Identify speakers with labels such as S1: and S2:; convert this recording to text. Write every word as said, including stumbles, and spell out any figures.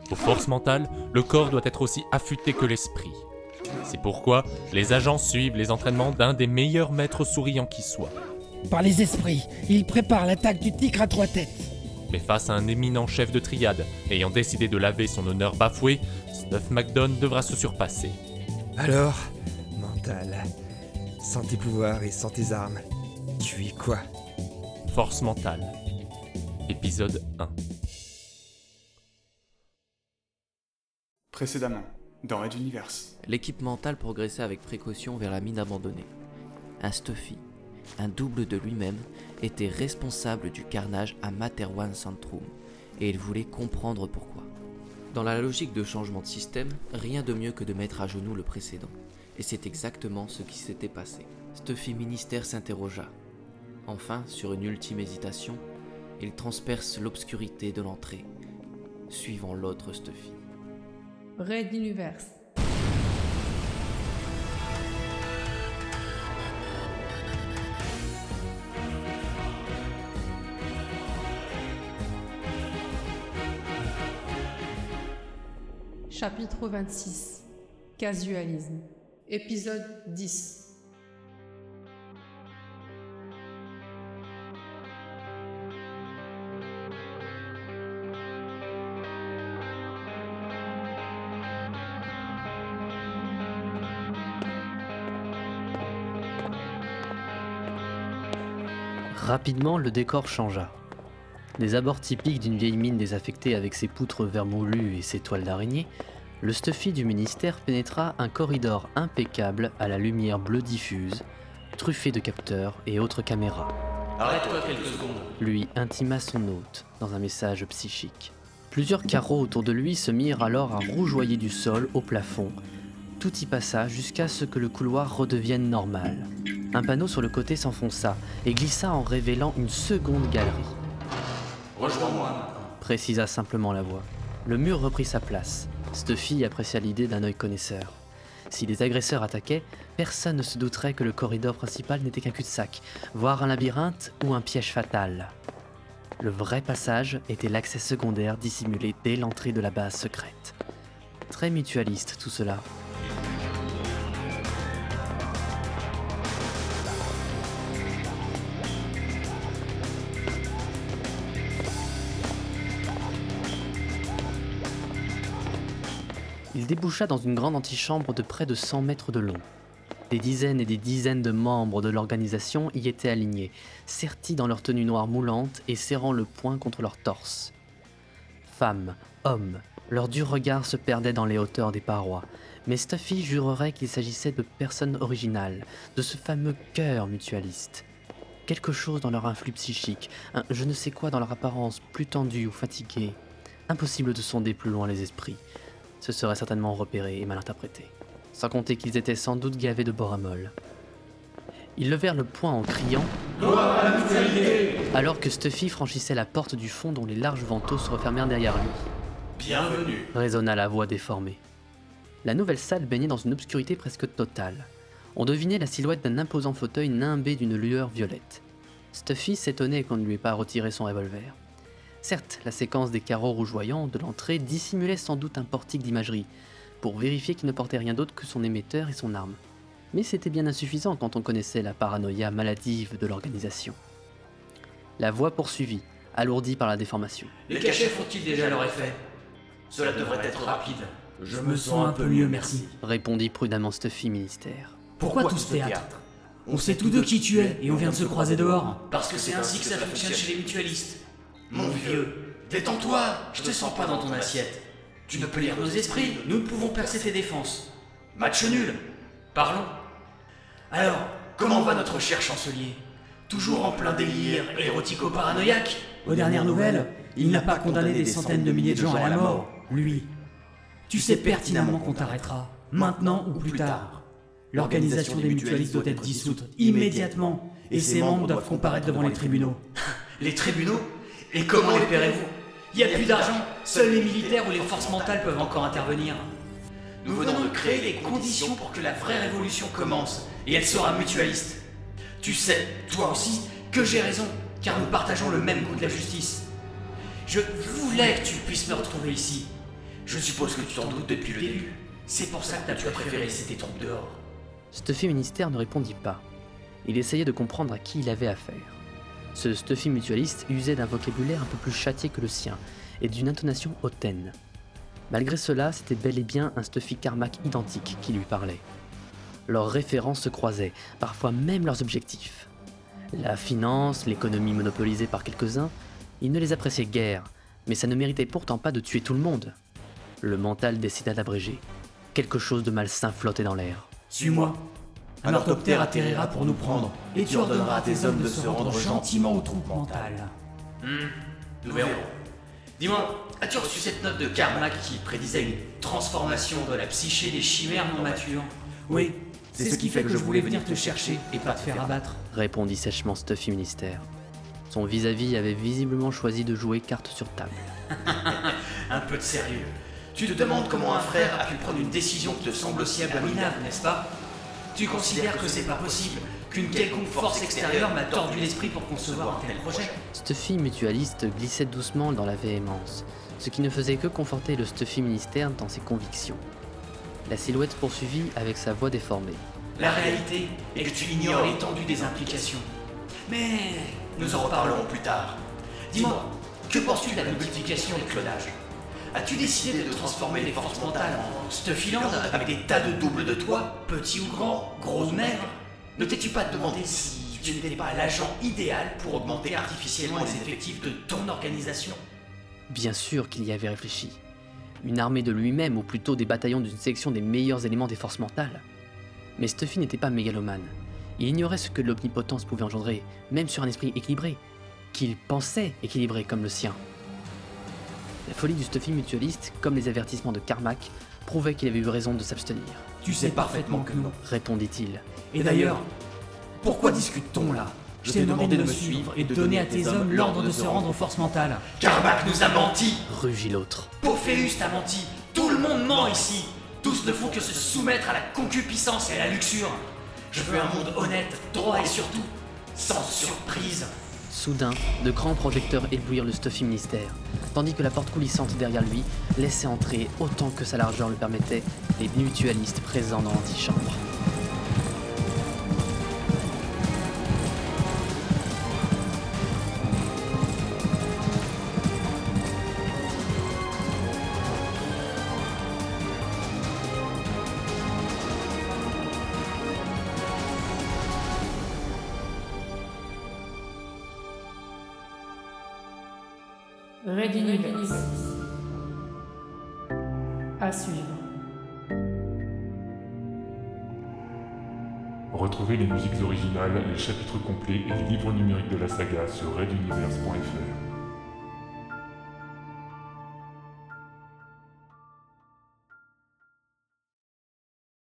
S1: Aux forces mentales, le corps doit être aussi affûté que l'esprit. C'est pourquoi les agents suivent les entraînements d'un des meilleurs maîtres souriants qui soit.
S2: Par les esprits, il prépare l'attaque du tigre à trois têtes.
S1: Mais face à un éminent chef de triade, ayant décidé de laver son honneur bafoué, Stuff McDonald devra se surpasser.
S3: Alors, mental, sans tes pouvoirs et sans tes armes, tu es quoi ?
S1: Force mentale. Épisode un.
S4: Précédemment, dans Red Universe.
S5: L'équipe mentale progressait avec précaution vers la mine abandonnée. Un Stuffy, un double de lui-même, était responsable du carnage à Materwan Centrum, et il voulait comprendre pourquoi. Dans la logique de changement de système, rien de mieux que de mettre à genoux le précédent, et c'est exactement ce qui s'était passé. Stuffy Ministère s'interrogea. Enfin, sur une ultime hésitation, il transperce l'obscurité de l'entrée, suivant l'autre Stuffy.
S6: Red Universe. Chapitre vingt-six. Casualisme. Épisode dix.
S7: Rapidement, le décor changea. Des abords typiques d'une vieille mine désaffectée avec ses poutres vermoulues et ses toiles d'araignée, le Stuffy du ministère pénétra un corridor impeccable à la lumière bleue diffuse, truffé de capteurs et autres caméras.
S8: Arrête-toi quelques secondes.
S7: Lui intima son hôte dans un message psychique. Plusieurs carreaux autour de lui se mirent alors à rougeoyer du sol au plafond. Tout y passa jusqu'à ce que le couloir redevienne normal. Un panneau sur le côté s'enfonça et glissa en révélant une seconde galerie.
S8: Rejoins-moi maintenant.
S7: Précisa simplement la voix. Le mur reprit sa place. Stuffy apprécia l'idée d'un œil connaisseur. Si les agresseurs attaquaient, personne ne se douterait que le corridor principal n'était qu'un cul-de-sac, voire un labyrinthe ou un piège fatal. Le vrai passage était l'accès secondaire dissimulé dès l'entrée de la base secrète. Très mutualiste tout cela. Il déboucha dans une grande antichambre de près de cent mètres de long. Des dizaines et des dizaines de membres de l'organisation y étaient alignés, sertis dans leur tenue noire moulante et serrant le poing contre leur torse. Femmes, hommes, leurs durs regards se perdaient dans les hauteurs des parois, mais Stuffy jurerait qu'il s'agissait de personnes originales, de ce fameux cœur mutualiste. Quelque chose dans leur influx psychique, un je ne sais quoi dans leur apparence plus tendue ou fatiguée. Impossible de sonder plus loin les esprits. Se serait certainement repéré et mal interprété. Sans compter qu'ils étaient sans doute gavés de boramol. Ils levèrent le poing en criant « Gloire à la mutualité !» alors que Stuffy franchissait la porte du fond dont les larges vantaux se refermèrent derrière lui.
S8: « Bienvenue !»
S7: résonna la voix déformée. La nouvelle salle baignait dans une obscurité presque totale. On devinait la silhouette d'un imposant fauteuil nimbé d'une lueur violette. Stuffy s'étonnait qu'on ne lui ait pas retiré son revolver. Certes, la séquence des carreaux rougeoyants de l'entrée dissimulait sans doute un portique d'imagerie, pour vérifier qu'il ne portait rien d'autre que son émetteur et son arme. Mais c'était bien insuffisant quand on connaissait la paranoïa maladive de l'organisation. La voix poursuivit, alourdie par la déformation.
S8: Les cachets font-ils déjà leur effet ? Cela devrait être rapide. Je me sens un peu mieux, merci.
S7: Répondit prudemment Stuffy Ministère.
S9: Pourquoi tout ce théâtre ? On sait tous deux qui tu es et on vient de se croiser dehors.
S8: Parce que c'est ainsi que ça fonctionne chez les mutualistes. Mon vieux, détends-toi, je te sens pas dans ton assiette. Tu ne peux lire nos esprits, nous ne pouvons percer tes défenses. Match nul. Parlons. Alors, comment va notre cher chancelier ? Toujours en plein délire érotico-paranoïaque ?
S9: Aux dernières nouvelles, il n'a pas condamné des centaines de milliers de gens à la mort, lui. Tu sais pertinemment qu'on t'arrêtera, maintenant ou plus tard. L'organisation des mutualistes doit être dissoute immédiatement, et ses membres doivent comparaître devant les tribunaux.
S8: Les tribunaux ? Et comment les paierez-vous ? Il n'y a plus d'argent, seuls les militaires ou les forces mentales peuvent encore intervenir. Nous venons de créer les conditions pour que la vraie révolution commence, et elle sera mutualiste. Tu sais, toi aussi, que j'ai raison, car nous partageons le même goût de la justice. Je voulais que tu puisses me retrouver ici. Je suppose que tu t'en doutes depuis le début. C'est pour ça que tu as préféré laisser tes troupes dehors.
S7: Stuffy Ministère ne répondit pas. Il essayait de comprendre à qui il avait affaire. Ce Stuffy mutualiste usait d'un vocabulaire un peu plus châtié que le sien, et d'une intonation hautaine. Malgré cela, c'était bel et bien un Stuffy Carmack identique qui lui parlait. Leurs références se croisaient, parfois même leurs objectifs. La finance, l'économie monopolisée par quelques-uns, il ne les appréciait guère, mais ça ne méritait pourtant pas de tuer tout le monde. Le mental décida d'abréger. Quelque chose de malsain flottait dans l'air.
S9: Suis-moi. Un orthoptère atterrira pour nous prendre, et tu ordonneras à tes hommes de se rendre gentiment aux troupes mentales.
S8: Hmm, nous verrons. Dis-moi, as-tu reçu cette note de Carmack qui prédisait une transformation de la psyché des chimères non matures?
S9: Oui, c'est ce qui fait que je voulais venir te chercher et pas te faire abattre.
S7: Répondit sèchement Stuffy Ministère. Son vis-à-vis avait visiblement choisi de jouer carte sur table.
S8: Un peu de sérieux. Tu te demandes comment un frère a pu prendre une décision qui te semble aussi abominable, n'est-ce pas? Tu considères que c'est pas possible, qu'une quelconque force extérieure m'a tordu l'esprit pour concevoir un tel projet?
S7: Stuffy mutualiste glissait doucement dans la véhémence, ce qui ne faisait que conforter le Stuffy Ministère dans ses convictions. La silhouette poursuivit avec sa voix déformée.
S8: La réalité est que tu ignores l'étendue des implications. Mais nous en reparlerons plus tard. Dis-moi, que penses-tu de la multiplication et le clonage? As-tu décidé de transformer les forces mentales en Stuffyland avec des tas de doubles de toi, petits ou grands, gros ou maigres? Ne t'es-tu pas demandé si tu n'étais pas l'agent idéal pour augmenter artificiellement les effectifs de ton organisation?
S7: Bien sûr qu'il y avait réfléchi. Une armée de lui-même, ou plutôt des bataillons d'une section des meilleurs éléments des forces mentales. Mais Stuffy n'était pas mégalomane. Il ignorait ce que l'omnipotence pouvait engendrer, même sur un esprit équilibré, qu'il pensait équilibré comme le sien. La folie du Stuffy mutualiste, comme les avertissements de Carmack, prouvaient qu'il avait eu raison de s'abstenir.
S9: Tu sais parfaitement que non.
S7: Répondit-il.
S9: Et d'ailleurs, pourquoi discute-t-on là? Je t'ai demandé de me suivre et de donner à tes hommes l'ordre de se rendre aux forces mentales.
S8: Carmack nous a menti!
S7: Rugit l'autre.
S8: Pophéus t'a menti! Tout le monde ment ici! Tous ne font que se soumettre à la concupiscence et à la luxure. Je veux un monde honnête, droit et surtout, sans surprise.
S7: Soudain, de grands projecteurs éblouirent le Stuffy Ministère, tandis que la porte coulissante derrière lui laissait entrer, autant que sa largeur le permettait, les mutualistes présents dans l'antichambre.
S6: Red Universe. À suivre.
S10: Retrouvez les musiques originales, les chapitres complets et les livres numériques de la saga sur red universe point f r.